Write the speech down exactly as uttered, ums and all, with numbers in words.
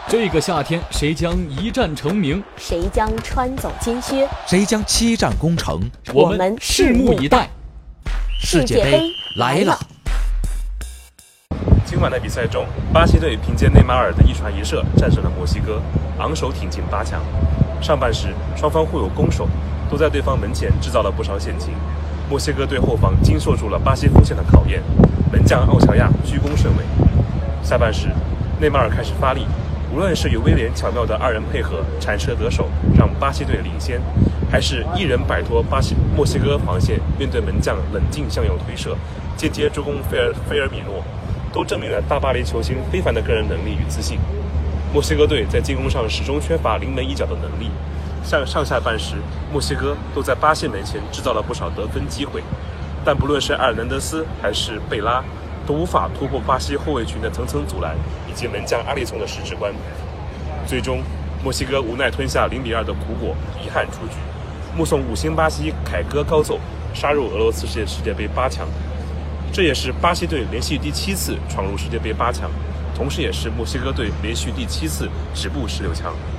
这个夏天，谁将一战成名？ 谁将穿走金靴？ 谁将七战攻城？ 我们拭目以待。 世界杯来了！ 今晚的比赛中，巴西队凭借内马尔的一传一射战胜了墨西哥，昂首挺进八强。上半时，双方互有攻守，都在对方门前制造了不少险情。墨西哥队后防经受住了巴西锋线的考验，门将奥乔亚居功甚伟。下半时，内马尔开始发力，无论是与威廉巧妙的二人配合铲射得手，让巴西队领先，还是一人摆脱巴西墨西哥防线，面对门将冷静向右推射，间接助攻菲尔菲尔米诺，都证明了大巴黎球星非凡的个人能力与自信。墨西哥队在进攻上始终缺乏临门一脚的能力，上上下半时，墨西哥都在巴西门前制造了不少得分机会，但不论是埃尔南德斯还是贝拉，都无法突破巴西后卫群的层层阻拦以及门将阿里松的十指关。最终，墨西哥无奈吞下零比二的苦果，遗憾出局。目送五星巴西凯歌高奏，杀入俄罗斯世界世界杯八强。这也是巴西队连续第七次闯入世界杯八强，同时也是墨西哥队连续第七次止步十六强。